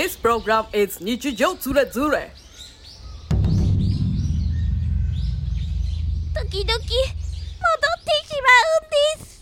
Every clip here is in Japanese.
This program is 日常ズレズレ。 時々戻ってしまうんです。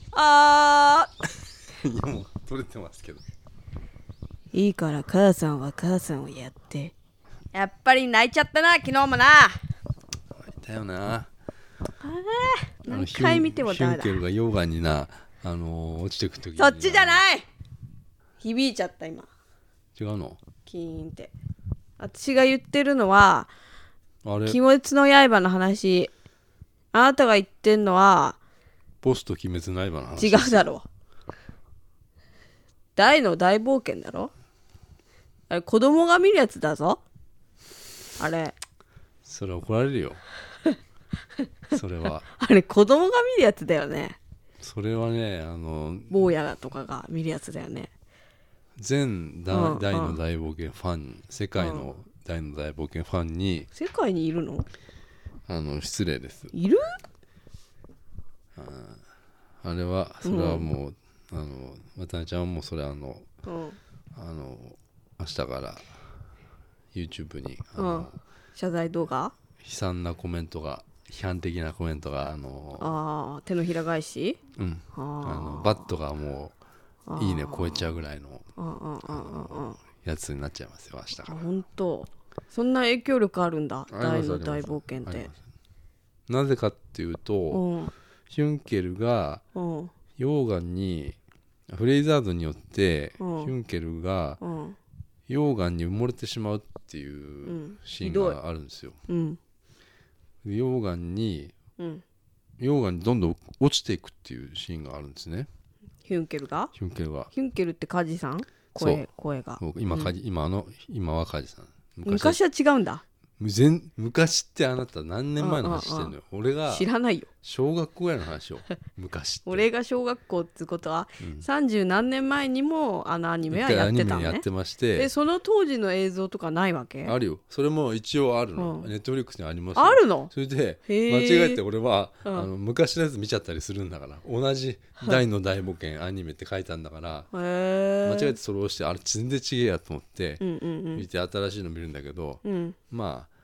いやもう取れてますけど。 いいから母さんは母さんをやって。 やっぱり泣いちゃったな、昨日もな。 泣いたよな。 何回見てもダメだ。 ヒュンケルが溶岩にな、落ちてくときに。 そっちじゃない。響いちゃった今。 違うの？ キーンって。私が言ってるのは、 あれ？ 鬼滅の刃の話。あなたが言ってんのはポスト鬼滅の刃の話。 違うだろう。大の大冒険だろ。あれ子供が見るやつだぞ。あれそれ怒られるよ。それはあれ子供が見るやつだよね。 それはね、 坊やとかが見るやつだよね。 全大の大冒険ファン、世界の大の大冒険ファンに、 世界にいるの？ 失礼です。 いる？ あれはそれはもう、渡辺ちゃんはもうそれ明日からYouTube に謝罪動画？ 悲惨なコメントが、批判的なコメントが手のひら返し？ バットがもういいね超えちゃうぐらいのやつになっちゃいますよ明日から。 本当？そんな影響力あるんだ、大の大冒険って。 なぜかっていうと、ヒュンケルが溶岩にフレイザードによってヒュンケルが溶岩に埋もれてしまうっていうシーンがあるんですよ。溶岩にどんどん落ちていくっていうシーンがあるんですね。 ヒュンケルって梶さん？声が今は梶さん。 昔は違うんだ。 昔ってあなた何年前の話してんのよ。俺が知らないよ。 小学校ぐらいの話を昔って俺が小学校ってことは、30何年前にもアニメはやってたのね。 やってまして、 その当時の映像とかないわけ？ あるよ。それも一応あるの。ネットフリックスにありますよ。 あるの？ それで間違えて俺は昔のやつ見ちゃったりするんだから、同じ大の大冒険アニメって書いたんだから、間違えてそれを押して、あれ全然違えやと思って見て新しいの見るんだけど、まあ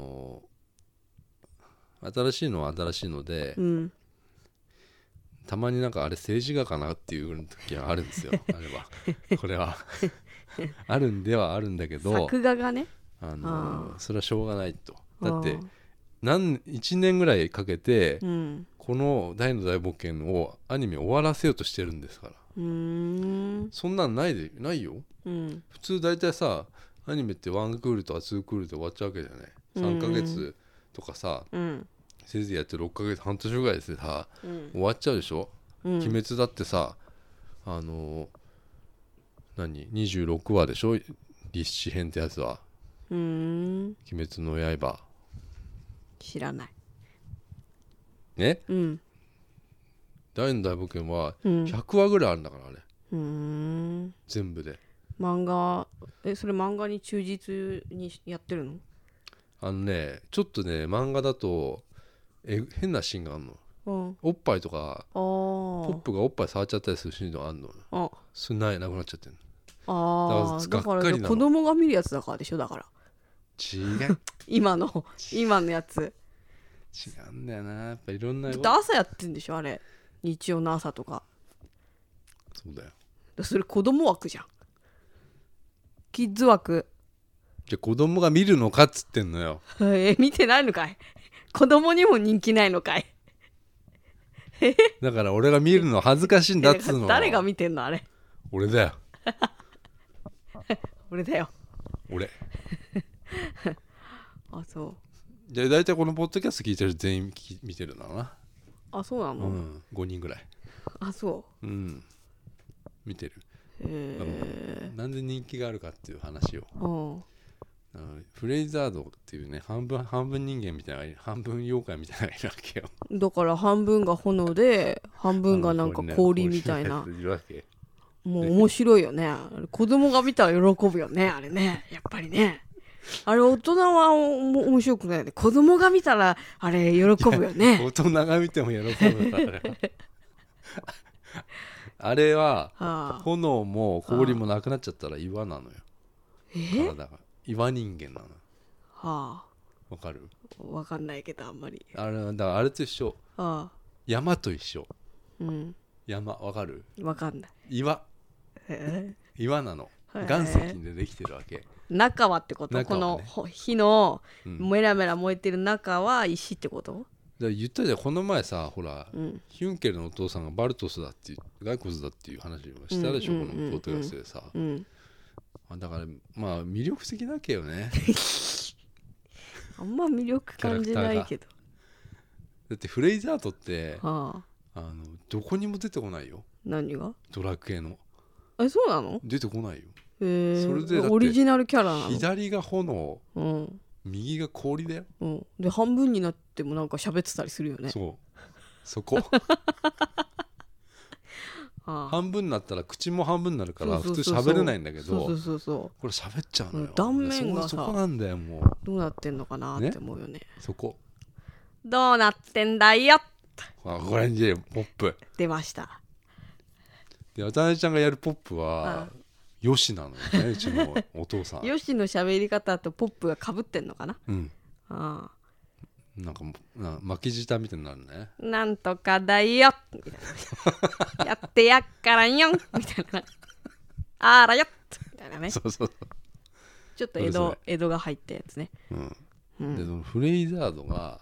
新しいのは新しいので、たまになんかあれ政治家かなっていう時はあるんですよ。あれはこれはあるんではあるんだけど、 作画がね、 それはしょうがないと。だって1年ぐらいかけて、この大の大冒険をアニメ終わらせようとしてるんですから。そんなんないよ。普通大体さ、アニメって1クールとか2クールで終わっちゃうわけじゃない。3ヶ月とかさ、せいぜいやって6ヶ月半年ぐらいでさ、終わっちゃうでしょ。鬼滅だってさ、26話でしょ、立志編ってやつは。鬼滅の刃知らないね。大の大冒険は100話ぐらいあるんだからあれ。全部で。 漫画それ漫画に忠実にやってるの？ ちょっとね、漫画だと変なシーンがあるの。おっぱいとかポップがおっぱい触っちゃったりするシーンがあるの。それなくなっちゃってるの。 だから子供が見るやつだからでしょ。だから違う今のやつ違うんだよな。やっぱいろんな。 だって朝やってんでしょあれ、日曜の朝とか。 そうだよ。 それ子供枠じゃん、キッズ枠。 じゃあ子供が見るのかっつってんのよ。 見てないのかい。子供にも人気ないのかい。 だから俺が見るの恥ずかしいんだっつうの。 誰が見てんのあれ。 俺だよ。 俺だよ。 俺あ、そう。 じゃあ大体このポッドキャスト聞いてる全員見てるんだろうな。 あ、そうなの。 5人ぐらい。 あ、そう。 見てる。なんで人気があるかっていう話を。フレイザードっていうね、半分人間みたいな、半分妖怪みたいなのがいるわけよ。 だから半分が炎で半分がなんか氷みたいな。もう面白いよね。子供が見たら喜ぶよねあれね。やっぱりね、あれ大人は面白くないよね。子供が見たらあれ喜ぶよね。 大人が見ても喜ぶからあれは炎も氷もなくなっちゃったら岩なのよ。 体が岩人間なの。 はあ。 わかる？ わかんないけどあんまり。 だからあれと一緒。 ああ。 山と一緒。 うん。 山わかる？ わかんない。 岩なの。岩石でできてるわけ。 中はってこと？ ね、 この火のメラメラ燃えてる中は石ってこと？ だから言ったじゃん、この前さ、ほら、ヒュンケルのお父さんがバルトスだっていう骸骨だっていう話をしたでしょ、このポッドキャストでさ。だからまあ魅力的だけよね。 あんま魅力感じないけど。 だってフレイザードって、どこにも出てこないよ。 何が？ ドラクエの。 そうなの？ 出てこないよ。 それでオリジナルキャラなの？ 左が炎、右が氷だよ。 で半分になってもなんか喋ってたりするよね。 そこ。半分になったら口も半分になるから普通喋れないんだけど、これ喋っちゃうのよ。 断面がさ、 そこなんだよ。もうどうなってんのかなって思うよね。 そこどうなってんだよ。 これにポップ出ました。 で渡辺ちゃんがやるポップはヨシなのよね、うちのお父さん。 ヨシの喋り方とポップがかぶってんのかな。 なんか巻き舌みたいになるね。 なんとかだよみたいな。やってやっからよんみたいな。あらよっみたいなね。そうちょっと江戸が入ったやつね。 でそのフレイザードが、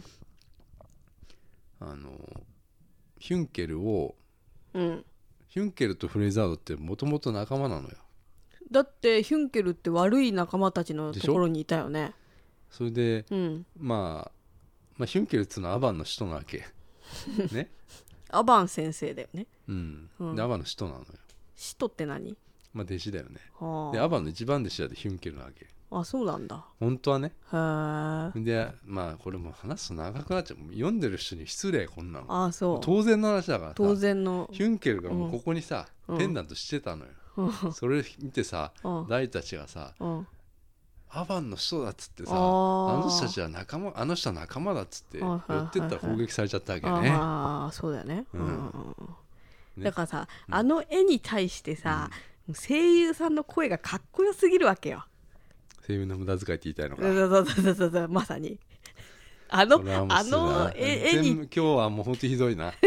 ヒュンケルを、ヒュンケルとフレイザードってもともと仲間なのよ。 だってヒュンケルって悪い仲間たちのところにいたよね。 それで、まあヒュンケルっていうのはアバンの使徒なわけね。 アバン先生だよね。 でアバンの使徒なのよ。 使徒って何？ 弟子だよね。でアバンの一番弟子だってヒュンケルなわけ。 そうなんだ。 本当はね。 でこれも話すと長くなっちゃう。読んでる人に失礼、こんなの。 そう。 当然の話だからさ。 当然の。 ヒュンケルがもうここにさ、ペンダントしてたのよ。それ見てさ、大たちがさ、アバンの人だっつってさ、あの人たちは仲間、あの人は仲間だっつって寄ってったら攻撃されちゃったわけね。 そうだよね。だからさ、あの絵に対してさ、声優さんの声がかっこよすぎるわけよ。 声優の無駄遣いって言いたいのか。 そうまさにあの絵に今日はもう本当にひどいな。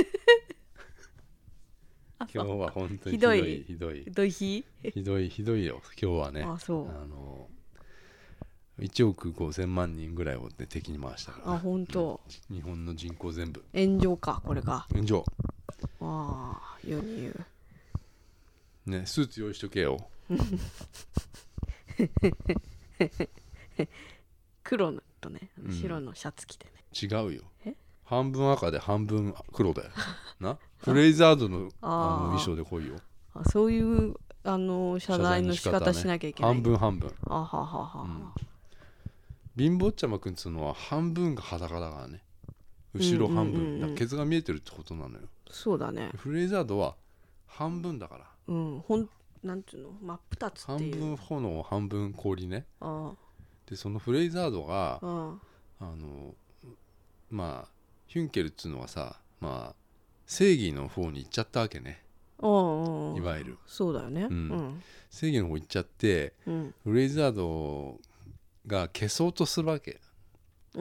今日は本当にひどいよ今日はね。1億5000万人ぐらいを、ね、敵に回したから、 本当。 日本の人口全部炎上か、これが炎上。 世に言うね。スーツ用意しとけよ。 黒のとね、白のシャツ着てね。 違うよ。半分赤で半分黒だよな。フレイザードの衣装で来いよ。 そういう謝罪の仕方しなきゃいけない。 半分半分。貧乏ちゃまくんっつうのは半分が裸だからね。後ろ半分、ケツが見えてるってことなのよ。 そうだね。 フレイザードは半分だから。 なんていうの、真っ二つっていう。 半分炎半分氷ね。でそのフレイザードがまあヒュンケルっつうのはさ、まあ正義の方に行っちゃったわけね。いわゆるそうだよね。 正義の方行っちゃって、フレイザードが消そうとするわけ。ね。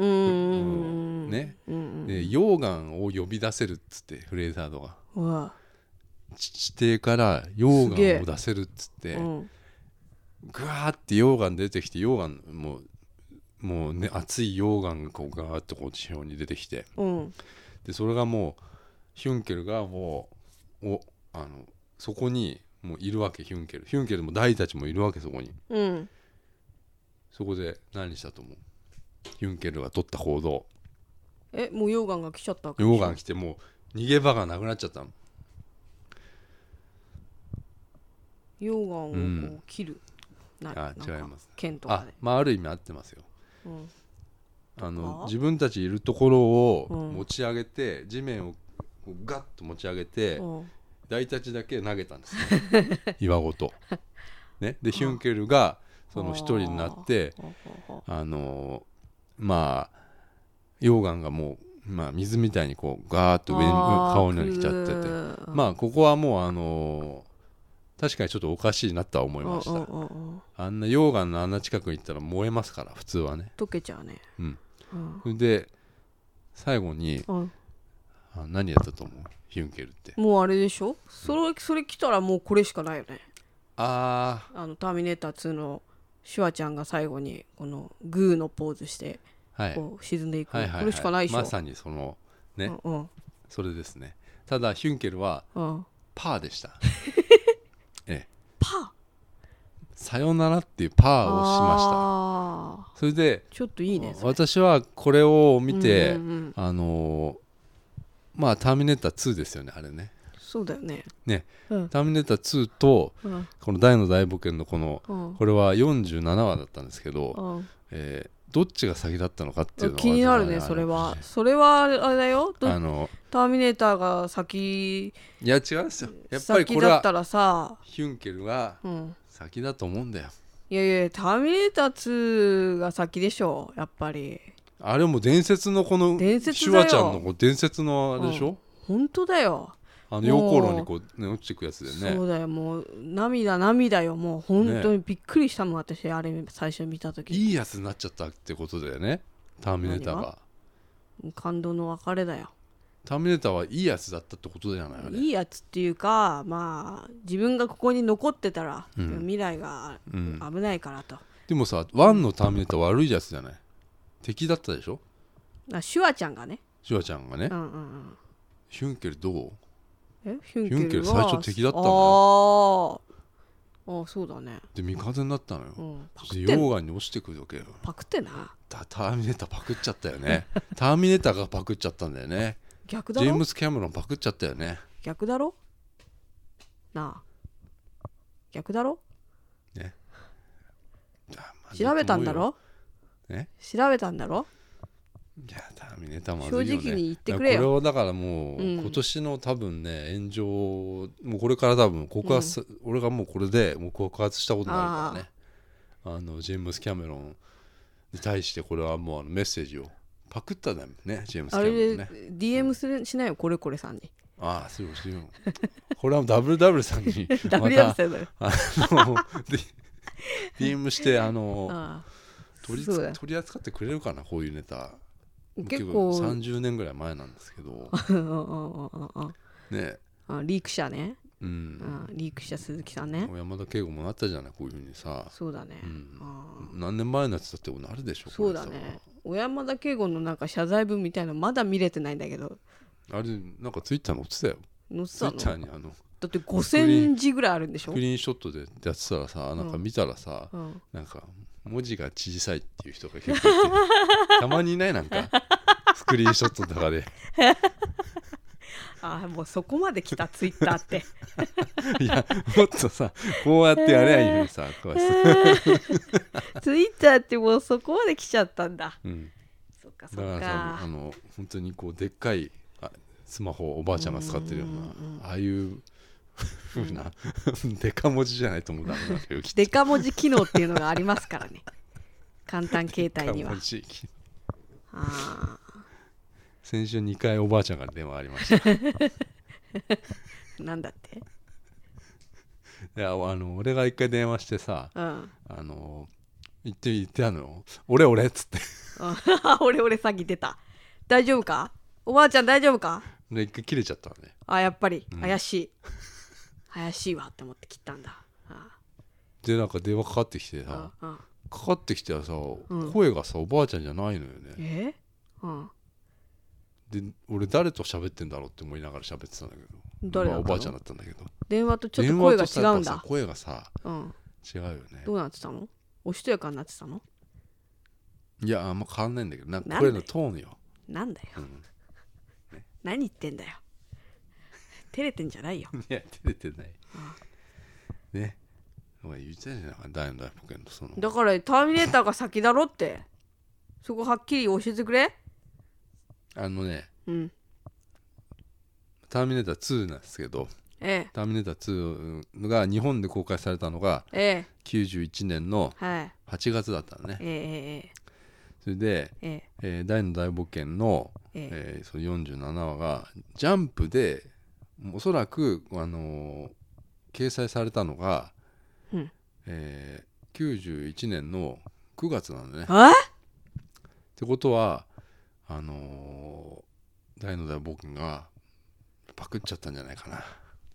で溶岩を呼び出せるっつって、フレイザードが地底から溶岩を出せるっつって、ぐわーって溶岩出てきて、溶岩もうね、熱い溶岩がこうガーッとこう地表に出てきて、でそれがもうヒュンケルがもうそこにもういるわけ。ヒュンケルも大たちもいるわけ、そこに。そこで何したと思う？ヒュンケルが取った行動。 もう溶岩が来ちゃったわけ。 溶岩来てもう逃げ場がなくなっちゃったの。 溶岩をこう切る。 違います。 剣とかで。 ある意味合ってますよ。自分たちいるところを持ち上げて、地面をガッと持ち上げて、大たちだけ投げたんですね。岩ごと。ね、でヒュンケルがその一人になって、まあ溶岩がもう、水みたいにこうガーッと上に顔に来ちゃってて、ここはもう確かにちょっとおかしいなとは思いました。あんな溶岩のあんな近くに行ったら燃えますから普通はね。 溶けちゃうね。 それで最後に、何やったと思うヒュンケルって。 もうあれでしょ、それ来たらもうこれしかないよね。 ターミネーター2のシュワちゃんが最後にこのグーのポーズしてこう沈んでいく、これしかないでしょ。 まさにそのね、それですね。ただヒュンケルはパーでしたパー、 さよならっていうパーをしました。それでちょっといいね。 私はこれを見て、まあターミネーター2ですよねあれね。 そうだよね。 ターミネーター2と、この大の大冒険のこの、これは47話だったんですけど、どっちが先だったのかっていうのは気になるね。それはあれだよ。ターミネーターが先。 いや違うんですよ。やっぱりこれはヒュンケルが先だと思うんだよ。 いやいやターミネーター2が先でしょやっぱり。 あれも伝説のこのシュワちゃんの伝説のあれでしょ。 本当だよ。 溶鉱炉にこう、ね、落ちていくやつだよね。 そうだよ。もう涙よ。もう本当にびっくりしたもん、私あれ最初見た時。 いいやつになっちゃったってことだよねターミネーターが。 感動の別れだよ。 ターミネーターはいいやつだったってことじゃないよね。 いいやつっていうか、まあ自分がここに残ってたら、未来が危ないからと。 でもさ1のターミネーター悪いやつじゃない。敵だったでしょ。 シュワちゃんがね。 シュワちゃんがね。ヒュンケルどう。 ヒュンケル最初敵だったのよ。そうだね。 で味方になったのよ。溶岩に落ちてくるわけよ。 パクってな。 ターミネーターパクっちゃったよねターミネーターがパクっちゃったんだよね。 逆だろ。 ジェームス・キャメロンパクっちゃったよね。 逆だろなあ。逆だろね。調べたんだろ。調べたんだろ。 いやターミネーターまずいよね。 正直に言ってくれよ。 これはだからもう、今年の多分ね炎上もうこれから多分告発、俺がもうこれでもう告発したことになるからね。ジェームス・キャメロンに対してこれはもうメッセージをパクったんだよねジェームス・キャメロンね。 あれ DM しないよこれさんに。 そうしようこれは WW さんにまた DM して取り扱ってくれるかなこういうネタ。結構30年ぐらい前なんですけどね。 リーク者ね。リーク者鈴木さんね。 山田圭吾もなったじゃないこういうふうにさ。 そうだね。 何年前のやつだってなるでしょ。 そうだね。小山田圭吾のなんか謝罪文みたいなのまだ見れてないんだけど。 あれなんかツイッター載ってたよ。ツイッターにだって5000字ぐらいあるんでしょ。 スクリーンショットでやってたらさなんか見たらさ、なんか文字が小さいっていう人が結構いてたまにいないなんかスクリーンショットとかでもうそこまで来たツイッターっていやもっとさこうやってやればいいのにさツイッターってもうそこまで来ちゃったんだ。そっかそっか。 だからさ本当にこうでっかいスマホをおばあちゃんが使ってるようなああいうふうなデカ文字じゃないと思う。ダメなんだよ。 デカ文字機能っていうのがありますからね簡単携帯には。 先週2回おばあちゃんから電話ありましたなんだって。 いや俺が1回電話してさ、言ってあるの俺っつって俺詐欺出た。大丈夫かおばあちゃん大丈夫か。 で1回切れちゃったのね。 やっぱり怪しいわって思って切ったんだ。 でなんか電話かかってきてさ、かかってきてさ、声がさおばあちゃんじゃないのよね。で俺誰と喋ってんだろうって思いながら喋ってたんだけど、おばあちゃんだったんだけど、 電話とちょっと声が違うんだ。 声がさ、違うよね。 どうなってたの。おしとやかになってたの。 いやあんま変わんないんだけど、なんか声のトーンよ。 なんだよ、何言ってんだよ。照れてんじゃないよ。 いや照れてないね。言ってたじゃない大の大冒険のその。 だからターミネーターが先だろってそこはっきり教えてくれ。 ターミネーター2なんですけど、ターミネーター2が日本で公開されたのが、91年の8月だったのね。それで、大の大冒険の、その47話がジャンプでおそらく掲載されたのが、 うん 91年の9月なんだね。ってことは大の大冒険がパクっちゃったんじゃないかな。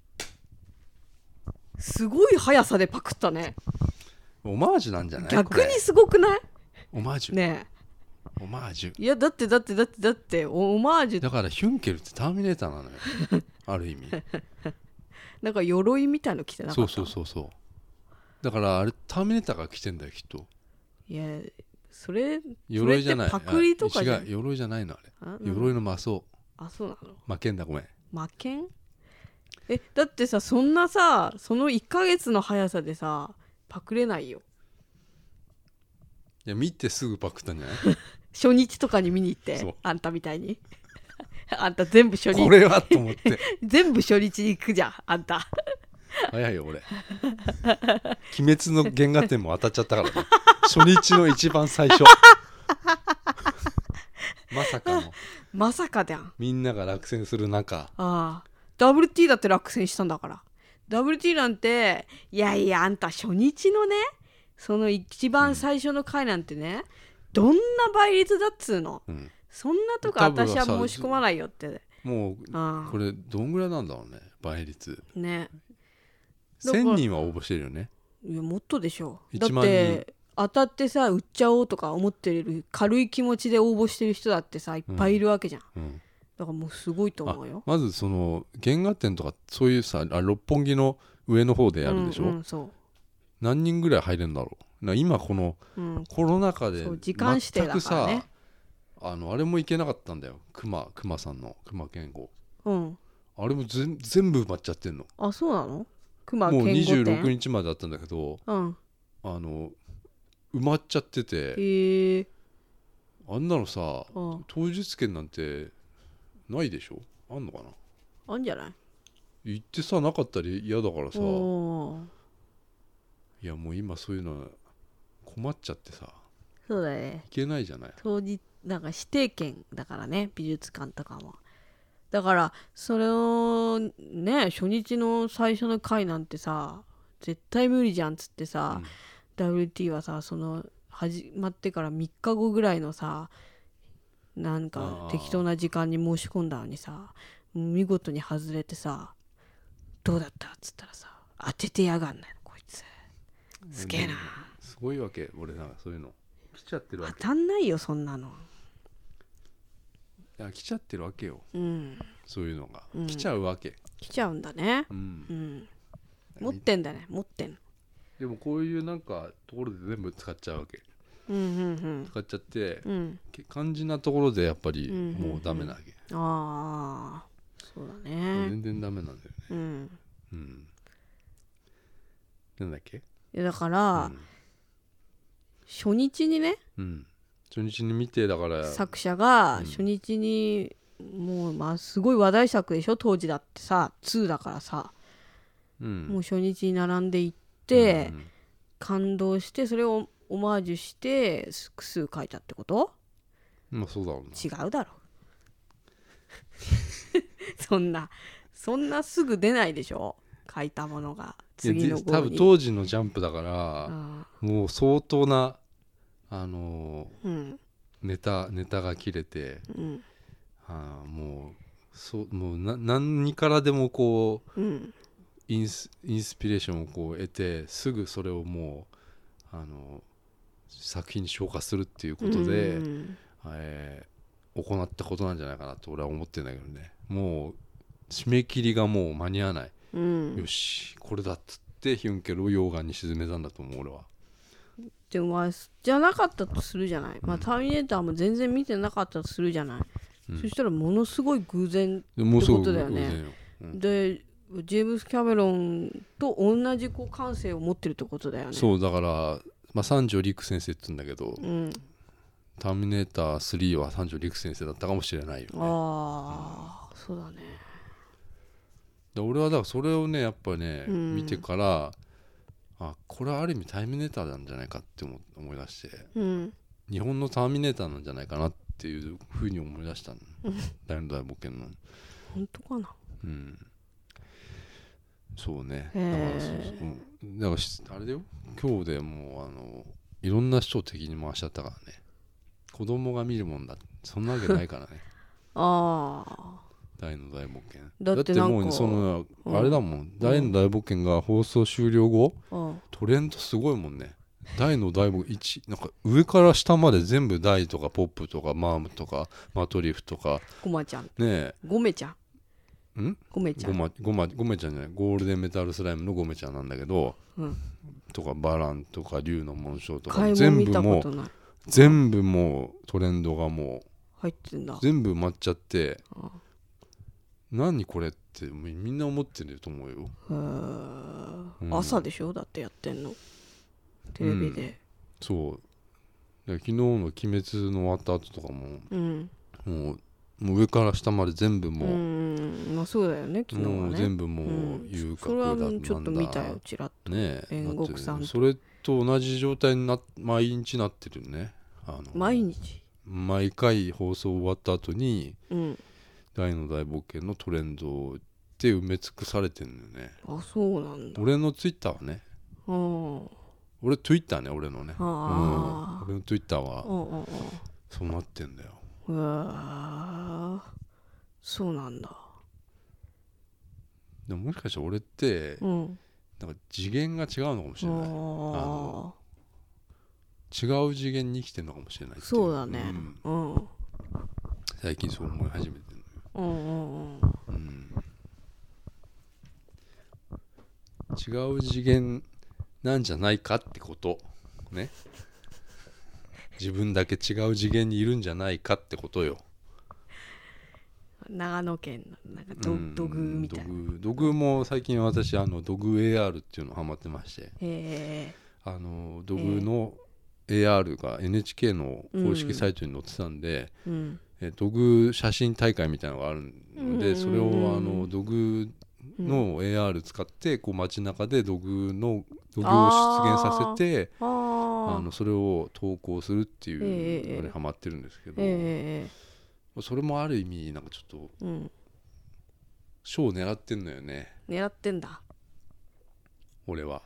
すごい速さでパクったね。 オマージュなんじゃない？ 逆にすごくない？ オマージュねえ。オマージュ。 いやだってオマージュだからヒュンケルってターミネーターなのよある意味。 なんか鎧みたいの着てなかった？ そうだからあれターミネーターが着てんだよきっと。 いやそれ鎧じゃない。 パクリとかじゃ違う、鎧じゃないのあれ。鎧の魔装。 そうなの？ 魔剣だ、ごめん。 魔剣？だってさ、そんなさ、その1ヶ月の速さでさパクれないよ。 いや見てすぐパクったんじゃない？ 初日とかに見に行ってあんたみたいにあんた全部初日、 これはと思って全部初日に行くじゃんあんた。 早いよ俺。鬼滅の原画展も当たっちゃったからね。初日の一番最初。まさかじゃん。 みんなが落選する中、 WT だって落選したんだから。 WT なんて、いやいやあんた初日のね、その一番最初の回なんてね、どんな倍率だっつうの、そんなとこ私は申し込まないよって。 もうこれどんぐらいなんだろうね、倍率ね。 1000人は応募してるよね。 いやもっとでしょ。だって当たってさ売っちゃおうとか思ってる軽い気持ちで応募してる人だってさいっぱいいるわけじゃん、だからもうすごいと思うよ。 まずその原画展とかそういうさ、六本木の上の方でやるでしょ、 そう。 何人ぐらい入れるんだろう。今このコロナ禍で時間指定だからね。 あれも行けなかったんだよ。熊さんの熊健吾、あれも全部埋まっちゃってんの。 そうなの？熊健吾もう展 26日までだったんだけど、埋まっちゃってて、あんなのさ、当日券なんてないでしょ？あんのかな？ あんじゃない？ 行ってさなかったら嫌だからさ。いやもう今そういうの困っちゃってさ。 そうだね。 行けないじゃない。 当日なんか指定券だからね、美術館とかも。だからそれをね、初日の最初の回なんてさ絶対無理じゃんっつってさ、WT はさその始まってから3日後ぐらいのさなんか適当な時間に申し込んだのにさ、見事に外れてさ、どうだったっつったらさ、当ててやがんないのこいつ。すげえな。 すごいわけ。俺なんかそういうの来ちゃってるわけ。 当たんないよそんなの。 いや来ちゃってるわけよ、そういうのが、来ちゃうわけ。 来ちゃうんだね。持ってんだね、持ってんの。 でもこういうなんかところで全部使っちゃうわけ。使っちゃって、肝心なところでやっぱりもうダメなわけ。 そうだね。 全然ダメなんだよね。なんだっけ？ いやだから、初日にね、 初日に見て、だから作者が初日に、もうすごい話題作でしょ当時だってさ、2だからさ、もう初日に並んでいって、感動してそれをオマージュして複数書いたってこと？ まあそうだろうな。 違うだろそんなすぐ出ないでしょ書いたものが次の号に。 多分当時のジャンプだから、もう相当なネタが切れて、もう何からでもこう、インスピレーションをこう得て、すぐそれをもう作品に昇華するっていうことで、行ったことなんじゃないかなと俺は思ってんだけどね。もう締め切りがもう間に合わない、よしこれだっつってヒュンケルを溶岩に沈めたんだと思う俺は。 でもじゃなかったとするじゃない、ターミネーターも全然見てなかったとするじゃない、そしたらものすごい偶然ってことだよね。でジェームス・キャメロンと同じ感性を持ってるってことだよね。 そうだから、三条陸先生って言うんだけど、ターミネーター3は三条陸先生だったかもしれないよね。 そうだね。 俺はだからそれをねやっぱね、見てから、これはある意味ターミネーターなんじゃないかって思い出して、日本のターミネーターなんじゃないかなっていうふうに思い出したの。大の大冒険の。 本当かな。 そうね。だからあれだよ、今日でもういろんな人を敵に回しちゃったからね。子供が見るもんだ、そんなわけないからね。 ああ、 大の大冒険だってなんかもうそのあれだもん、大の大冒険が放送終了後、トレンドすごいもんね。大の大冒険なんか上から下まで全部大とかポップとかマームとかマトリフとかゴマちゃんねえ、 ゴメちゃんゴメちゃんゴメちゃんじゃない、ゴールデンメタルスライムのゴメちゃんなんだけど、とかバランとか竜の紋章とか全部もうトレンドがもう入ってんだ、 全部埋まっちゃって、何これってみんな思ってると思うよ。 朝でしょ、だってやってんのテレビで、 そう昨日の鬼滅の終わった後とかも、もう上から下まで全部もう、 まあそうだよね、昨日はね、 全部もう遊郭だ、 それはちょっと見たよ、ちらっとね、煉獄さんとそれと同じ状態に毎日なってるね。 毎日毎回放送終わった後に、大の大冒険のトレンドで埋め尽くされてるのよね。 あ、そうなんだ。 俺のツイッターはね、俺ツイッターね、俺のね、俺のツイッターはそうなってんだよ。 そうなんだ。 でももしかしたら俺って、なんか次元が違うのかもしれない。違う次元に生きてるのかもしれない。 そうだね、 最近そう思い始めてるのよ。違う次元なんじゃないかってことね。自分だけ違う次元にいるんじゃないかってことよ。 長野県のなんか土偶みたいな。 土偶も最近私ドグ AR っていうのハマってまして、土偶の AR が NHK の公式サイトに載ってたんで、土偶写真大会みたいなのがあるので、それを土偶の AR 使ってこう街中で土偶を出現させて、それを投稿するっていうのにハマってるんですけど、それもある意味なんかちょっと賞を狙ってんのよね。 狙ってんだ俺は。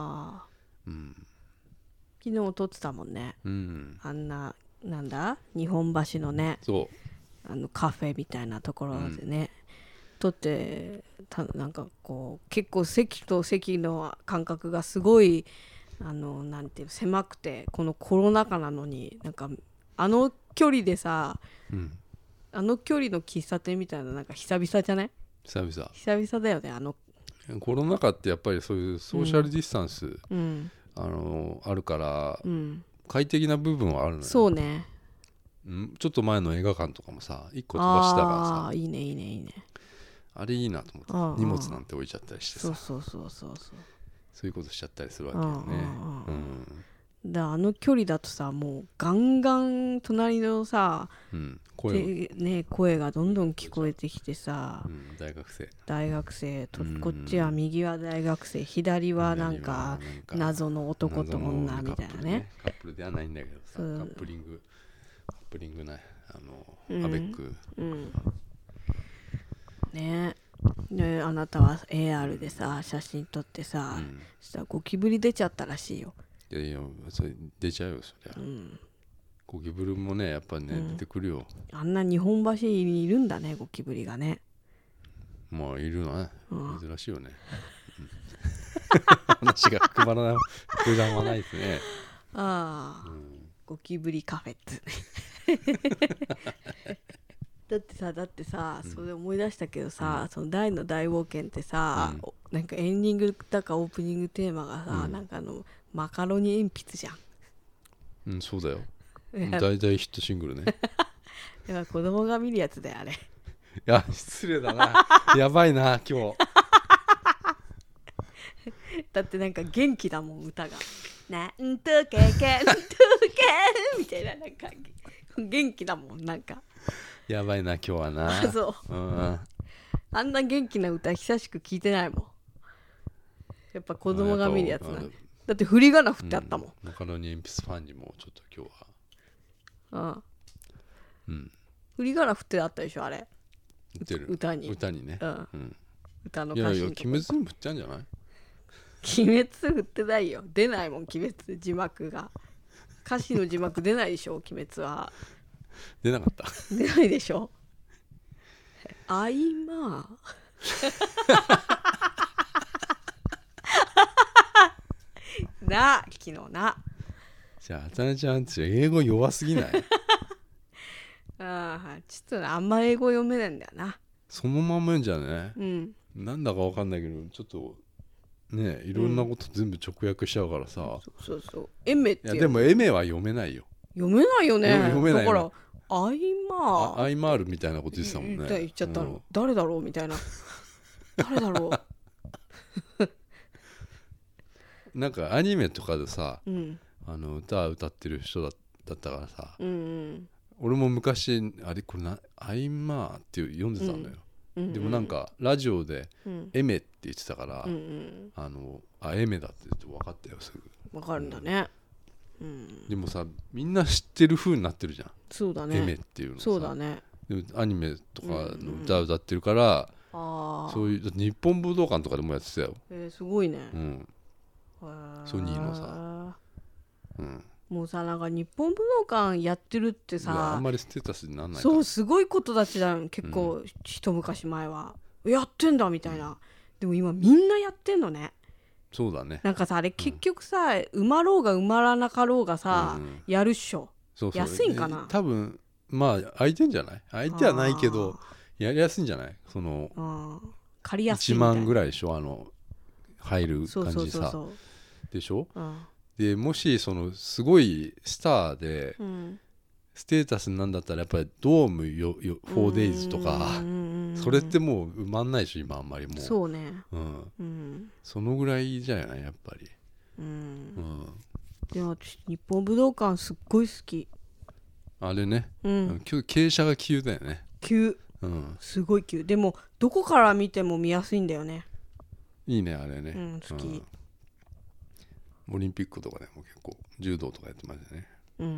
昨日撮ってたもんね、あんななんだ日本橋のね、カフェみたいなところでね、撮ってなんかこう結構席と席の間隔がすごいなんていう狭くて、このコロナ禍なのになんか距離でさ、距離の喫茶店みたいな、なんか久々じゃない？久々だよね。 コロナ禍ってやっぱりそういうソーシャルディスタンス、あるから、快適な部分はあるのよ。 そうね。 ちょっと前の映画館とかもさ、1個飛ばしたからさ、 いいねいいねいいね。あれいいなと思って、荷物なんて置いちゃったりしてさ、そういうことしちゃったりするわけよね。 だ距離だとさ、もうガンガン隣のさ、声がどんどん聞こえてきてさ、大学生と、こっちは右は大学生、左はなんか謎の男と女みたいなね。 カップルではないんだけどさ、カップリングなアベックね。であなたは AR でさ写真撮ってさ、したらゴキブリ出ちゃったらしいよ。 いやそれ出ちゃうよ、そりゃ。ゴキブリもねやっぱね、出てくるよ。 あんな日本橋にいるんだね、ゴキブリがね。 まあいるな、珍しいよね。話が膨らまないですね。 ゴキブリカフェってだってさ、それ思い出したけどさ、その大の大冒険ってさ、なんかエンディングだかオープニングテーマがさ、なんかマカロニ鉛筆じゃん。 そうだよ。大々ヒットシングルね。 いや子供が見るやつだよあれ。いや失礼だな。やばいな今日。 だってなんか元気だもん、歌が。なんとけけんとけみたいな、なんか元気だもん、なんか。 やばいな今日はな。 そう、あんな元気な歌久しく聞いてないもん。やっぱ子供が見るやつなんで。だって振り仮名振ってあったもん。 マカロニ鉛筆ファンにもちょっと今日は振り仮名振ってあったでしょあれ。 歌にね。 歌の歌詞のとこ。 いやいや鬼滅にも振ってんじゃない？ 鬼滅振ってないよ。出ないもん鬼滅字幕が。歌詞の字幕出ないでしょ鬼滅は。 出なかった。 出ないでしょ。あいまな昨日な。 じゃああたねちゃんって英語弱すぎない？ あちょっとあんま英語読めないんだよな。 そのまま読んじゃうね、 うん、 なんだかわかんないけどちょっとねいろんなこと全部直訳しちゃうからさ、 そうそうエメっていやでもエメは読めないよ。 読めないよね。 読めないだからアイマーアイマールみたいなこと言ってたもんね。 言っちゃったの、誰だろうみたいな。誰だろうなんかアニメとかでさ、 歌歌ってる人だったからさ、 俺も昔あれこれアイマーって読んでたんだよ、でもなんかラジオでエメって言ってたから、エメだって言って分かったよすぐ。 分かるんだね、 でもさみんな知ってる風になってるじゃん。 そうだね。 エメっていうのさ。 そうだね。 でもアニメとかの歌歌ってるから、そういうだって日本武道館とかでもやってたよ。 すごいね。 ソニーのさ、 もうさなんか日本武道館やってるってさあんまりステータスにならないから。 そうすごいことだちだよ結構、一昔前はやってんだみたいな、でも今みんなやってんのね。 そうだね。 なんかさあれ結局さ、埋まろうが埋まらなかろうがさ、やるっしょ。そう安いんかな。 多分まあ空いてんじゃない？空いてはないけどやりやすいんじゃない？その借りやすいみたいな。 1万ぐらいでしょ入る感じさ。でしょ？でもしそのすごいスターで、ステータスなんだったらやっぱりドーム4days とかそれってもう埋まんないでしょ今あんまりもう。 そうね、 そのぐらいじゃないやっぱり。 でも私日本武道館すっごい好き。 あれね、傾斜が急だよね。 急、すごい急。でもどこから見ても見やすいんだよね。 いいねあれね、 好き。 オリンピックとかでも結構柔道とかやってましたね。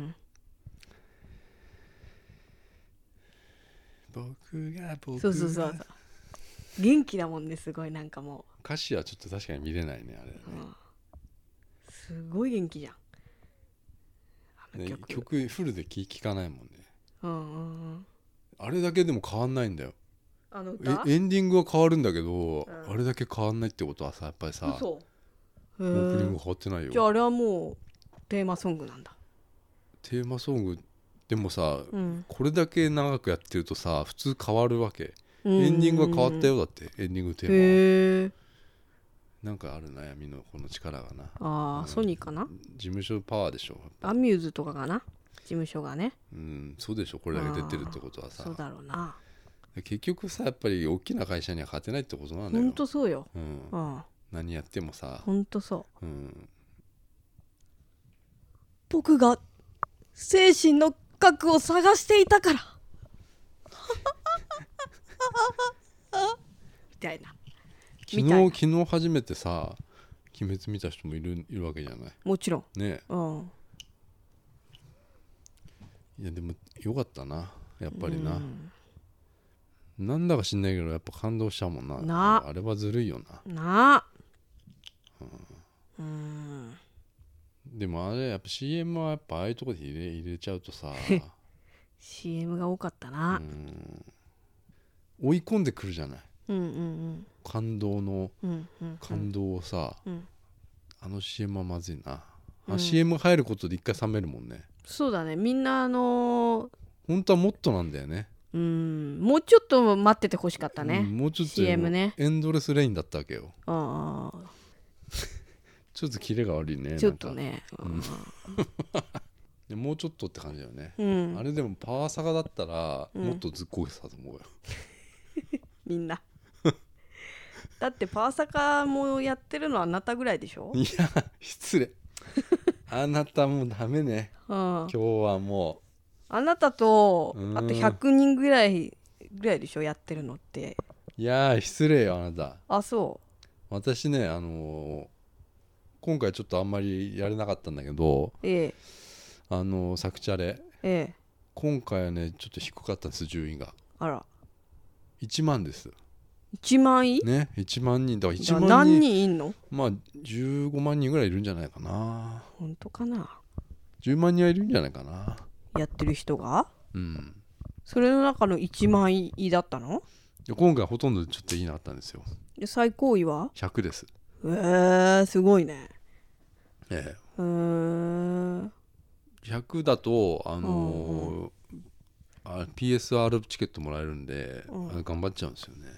そう元気だもんねすごい。なんかもう歌詞はちょっと確かに見れないねあれね、 すごい元気じゃんね、曲フルで聴かないもんね、あれだけでも変わんないんだよ。エンディングは変わるんだけど、あれだけ変わんないってことはさやっぱりさオープニング変わってないよ。 じゃああれはもうテーマソングなんだ。 テーマソングでもさ、これだけ長くやってるとさ普通変わるわけ。エンディングは変わったよ。だってエンディングテーマなんかある悩みのこの力がな。 ソニーかな。 事務所パワーでしょ。 アミューズとかかな事務所がね。 そうでしょ。これだけ出てるってことはさ。 そうだろうな。 結局さやっぱり大きな会社には勝てないってことなんだよ。 ほんとそうよ、 何やってもさほんとそう、僕が精神の核を探していたからみたいな。 昨日初めてさ鬼滅見た人もいるわけじゃない。 もちろんね。いやでもよかったなやっぱりな、なんだか知んないけどやっぱ感動しちゃうもんな。あれはずるいよな。でもあれやっぱ CM はやっぱああいうとこで入れちゃうとさ CM が多かったな。 追い込んでくるじゃない、感動をさ、あの CM はまずいな、CM 入ることで一回冷めるもんね。 そうだね。みんな本当はもっとなんだよね。 もうちょっと待っててほしかったね、 もうちょっと CM ね。 エンドレスレインだったわけよ。ちょっとキレが悪いね。 ちょっとね、 もうちょっとって感じだよね、あれでもパワーサガだったらもっとずっこけてたと思うよ、 みんなだってパワーサカもやってるのはあなたぐらいでしょ。 いや失礼あなたもうダメね、今日はもうあなたとあと100人ぐらいでしょやってるのって。 いや失礼よあなた。 あ、そう。 私ね今回ちょっとあんまりやれなかったんだけど、サクチャレ、今回はねちょっと低かったんです順位が。 あら。 1万です。 1万位ね、1万人だから1万人。 何人いんの？ まあ15万人ぐらいいるんじゃないかな。 本当かな。 10万人はいるんじゃないかな。 やってる人が。 うん。 それの中の1万位だったの？ 今回ほとんどちょっといいなあったんですよ。 で最高位は 100です。 すごいね。 100だとPSR チケットもらえるんで、頑張っちゃうんですよね。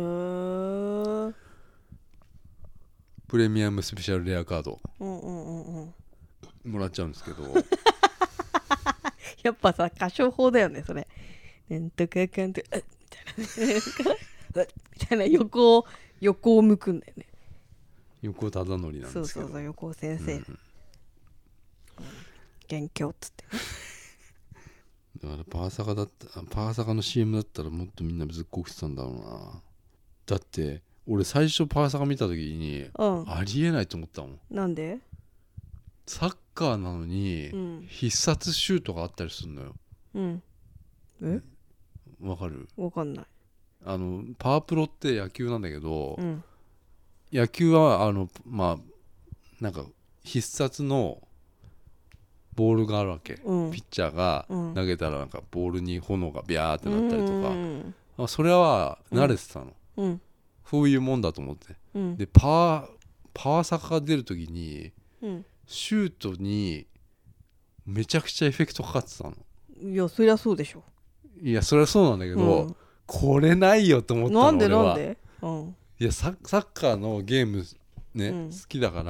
プレミアムスペシャルレアカード、もらっちゃうんですけどやっぱさ歌唱法だよねそれ。なんとかかんとかみたいな横を向くんだよね。 横尾忠則なんですけど。 そう横尾先生、元凶っつってね。 だからパーサカの CM だったらもっとみんなずっこくしてたんだろうな。だって俺最初パーサカ見た時に、ありえないと思ったもん。 なんで？ サッカーなのに、必殺シュートがあったりするのよ。わかる？ わかんない。 パワープロって野球なんだけど、野球はまあなんか必殺のボールがあるわけ、ピッチャーが投げたらなんかボールに炎がビャーってなったりとか、それは慣れてたの、そういうもんだと思って、でパワーサカが出るときに、シュートにめちゃくちゃエフェクトかかってたの。 いやそりゃそうでしょ。 いやそりゃそうなんだけど、これないよと思ったの。 なんで俺は。 なんで？ いやサッカーのゲームね、好きだから、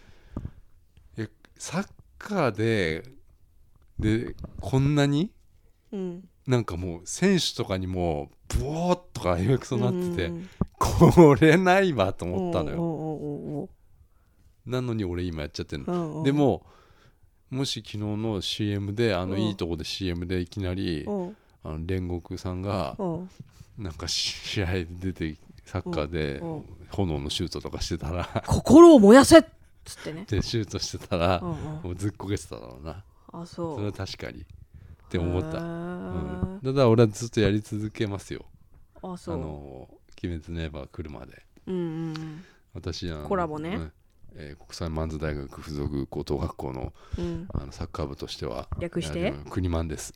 サッカーでこんなに、なんかもう選手とかにもブオーとかエフェクトになってて、これないわと思ったのよ。なのに俺今やっちゃってるの。でももし昨日の CM でいいとこで CM でいきなり煉獄さんがなんか試合で出てサッカーで炎のシュートとかしてたら心を燃やせっつってねでシュートしてたらもうずっこけてただろうな。それは確かにって思った。だから俺はずっとやり続けますよ。鬼滅の刃が来るまで。私コラボね、 国際マンズ大学附属高等学校の、サッカー部としては略して国マンです。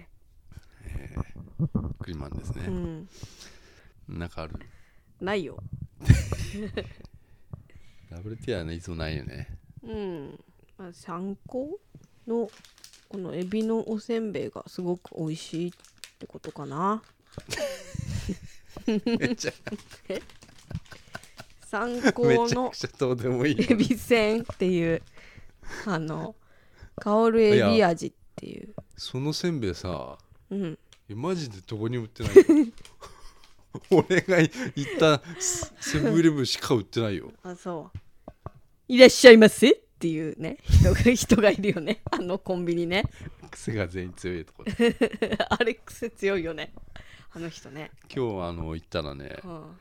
国マンですね。なんかある？ ないよ。 WT はねいつもないよね。 参考のこのエビのおせんべいがすごく美味しいってことかな。参考のエビせんっていう香るエビ味っていう。 そのせんべいさ、マジでどこにも売ってないよ。俺が行ったセブンイレブンしか売ってないよ。 そう。いらっしゃいませっていうね人がいるよね、コンビニね。 癖が全員強いところ。 あれ癖強いよね、人ね。 今日行ったらね、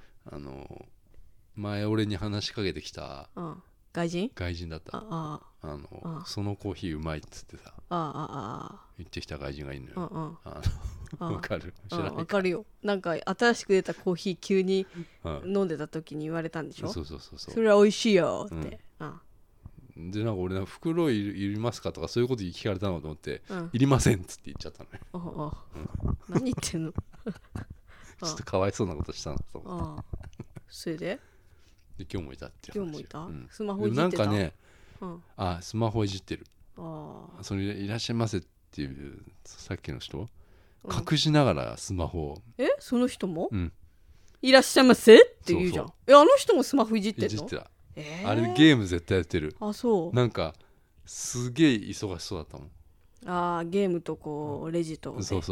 前俺に話しかけてきた、 外人だった。そのコーヒーうまいっつってさ、言ってきた外人がいるのよ。わかる？ わかるよ。なんか新しく出たコーヒー急に飲んでた時に言われたんでしょ。 そうそれは美味しいよって、 でなんか俺袋いりますかとかそういうこと聞かれたのと思って、いりませんっつって言っちゃったのよ。 何言ってんの。ちょっとかわいそうなことしたなと思って。 それで今日もいたっていう話。 今日もいた、スマホいじってた。 なんかね、スマホいじってる。それいらっしゃいませっていうさっきの人隠しながらスマホを、 その人も、いらっしゃいませって言うじゃん。あの人もスマホいじってんの？ いじってた。あれゲーム絶対やってる。 そう。 なんかすげえ忙しそうだったもん。ゲームとこうレジと、 そう、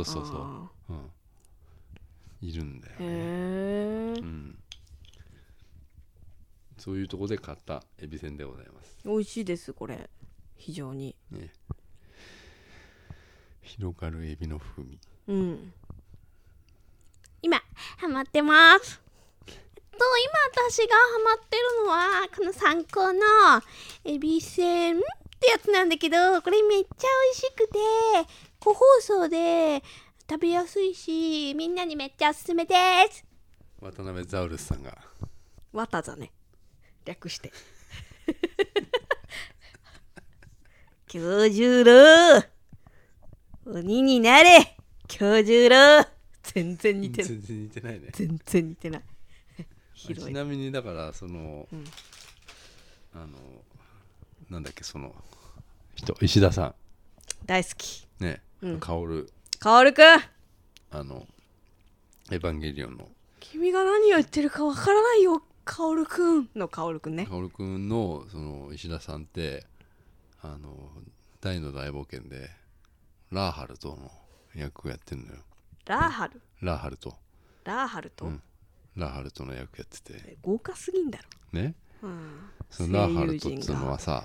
いるんだよね。そういうとこで買ったエビせんでございます。 美味しいですこれ、非常に、 広がるエビの風味。 今ハマってます。今私がハマってるのはこの参考のエビせんってやつなんだけど、これめっちゃ美味しくて個包装で食べやすいし、みんなにめっちゃおすすめです。 渡辺ザウルスさんが綿だね、略して京十郎鬼になれ京十郎。 全然似てない。 全然似てないね。 全然似てないひどい。 ちなみにだからその、なんだっけその人石田さん大好きね、薫薫くん、 エヴァンゲリオンの君が何を言ってるかわからないよ薫くんの薫くんね。 薫くんのその石田さんって大の大冒険でラーハルトの役をやってるのよ。 ラーハルラーハルト、 ラーハルと、 ラーハルトの役やってて豪華すぎんだろ。 ね、そのラーハルトっていうのはさ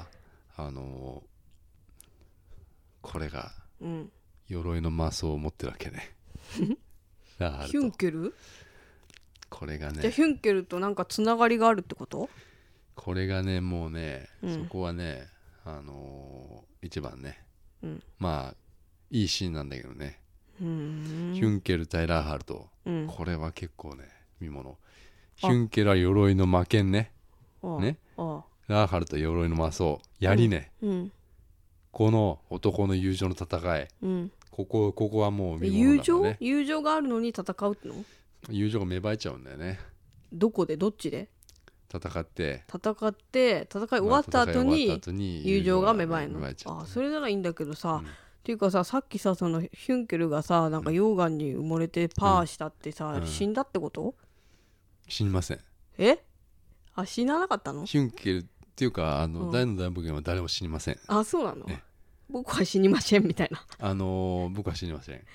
これが鎧の魔装を持ってるわけねラーハルトヒュンケル、 これがね、 じゃあヒュンケルとなんかつながりがあるってこと？ これがねもうね、そこはね一番ね、まあいいシーンなんだけどね、ヒュンケル対ラーハルト、これは結構ね見もの。ヒュンケルは鎧の魔剣ね、ね、ラーハルト鎧の魔装槍ね、この男の友情の戦い、ここはもう見ものだからね。 友情があるのに戦うの？ 友情が芽生えちゃうんだよね。 どこでどっちで戦って戦い終わった後に友情が芽生えるの。あ、それならいいんだけどさ、っていうかさ、さっきさそのヒュンケルがさなんか溶岩に埋もれてパーしたってさ、死んだってこと？ 死にません。 死ななかったの？ ヒュンケルっていうか大の大冒険は誰も死にません。 あ、そうなの？僕は死にませんみたいな。 僕は死にません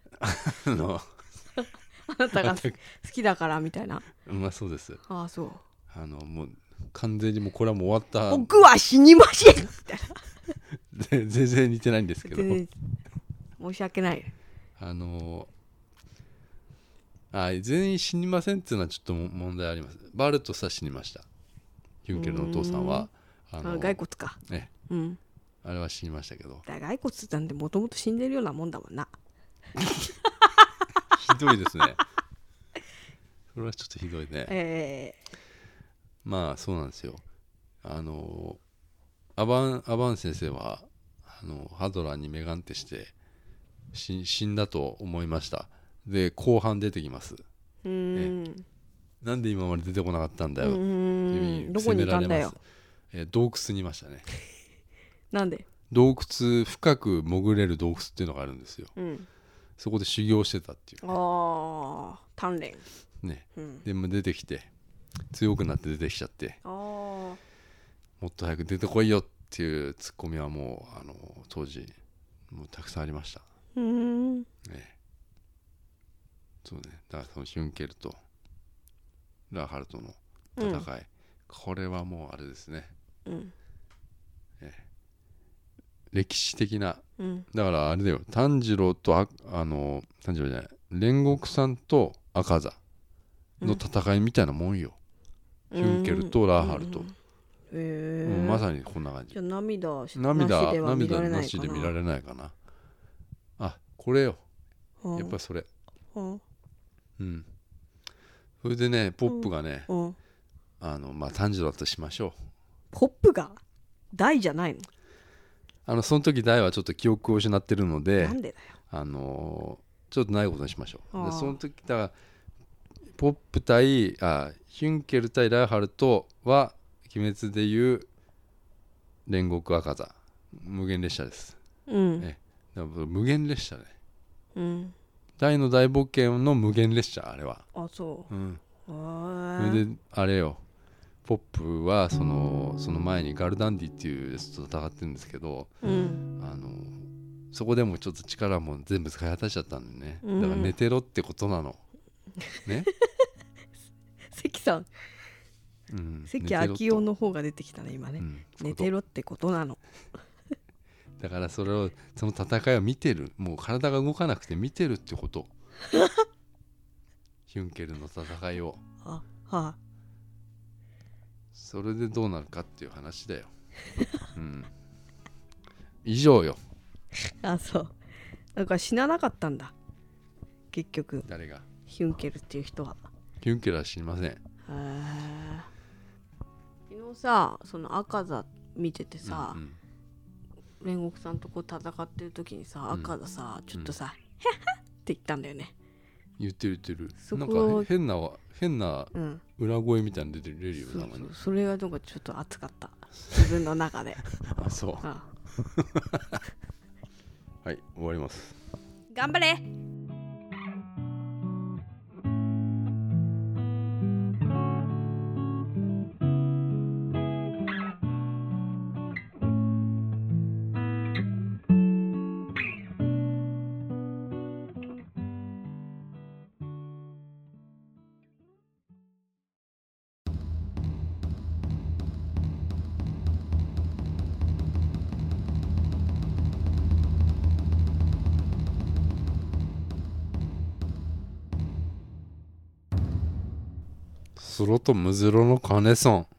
あなたが好きだからみたいな。 まあそうです。 あ、そう。 もう完全にもうこれはもう終わった。 僕は死にませんみたいな全然似てないんですけど申し訳ない。 全員死にませんっていうのはちょっと問題あります。バルトさ死にました。ヒュンケルのお父さんは骸骨かね、あれは死にましたけど。 骸骨なんてもともと死んでるようなもんだもんなひどいですねそれはちょっとひどいね。まあそうなんですよ。アバン先生はハドラーにメガンテして死んだと思いました。で後半出てきます。なんで今まで出てこなかったんだよってどこにいたんだよ。 洞窟にいましたねなんで？ 洞窟、深く潜れる洞窟っていうのがあるんですよ、そこで修行してたっていう、ね、 鍛錬ね、でも出てきて強くなって出てきちゃって、もっと早く出てこいよっていうツッコミはもう当時もうたくさんありました。ね、そうね。だからそのヒュンケルとラーハルトの戦い、これはもうあれですね、歴史的な、だからあれだよ、炭治郎と炭治郎じゃない煉獄さんと赤座の戦いみたいなもんよ、ヒュンケルとラーハルト、まさにこんな感じ。 じゃあ涙なしで見られないかな。あ、これよ、やっぱりそれ、それでねポップがね、まあ炭治郎だとしましょう。 ポップが大じゃないの？ その時大はちょっと記憶を失ってるので、 なんでだよ。 ちょっとないことにしましょう。でその時だからポップ対ヒュンケル対ライハルトは鬼滅でいう煉獄赤座無限列車です、だから無限列車ね、大の大冒険の無限列車あれは。 あ、そう、 それであれよ、ポップはその前にガルダンディっていうやつと戦ってるんですけど、そこでもちょっと力も全部使い果たしちゃったんでね、だから寝てろってことなのね関さん、関明夫の方が出てきたね今ね、寝てろってことなのだからその戦いを見てる、もう体が動かなくて見てるってことヒュンケルの戦いを、それでどうなるかっていう話だよ、以上よ。 あ、そう。だから死ななかったんだ結局。 誰が？ ヒュンケルっていう人は。 キュンキュラしません。 昨日さ、その赤座見ててさ、煉獄さんとこう戦ってる時にさ、赤座さ、ちょっとさ、へはって言ったんだよね。 言ってる。なんか変な裏声みたいなの出るよ、たまに。 それがなんかちょっと熱かった。自分の中で。 あ、そう。はい、終わります。 頑張れ。 スロとムズロのカネソン。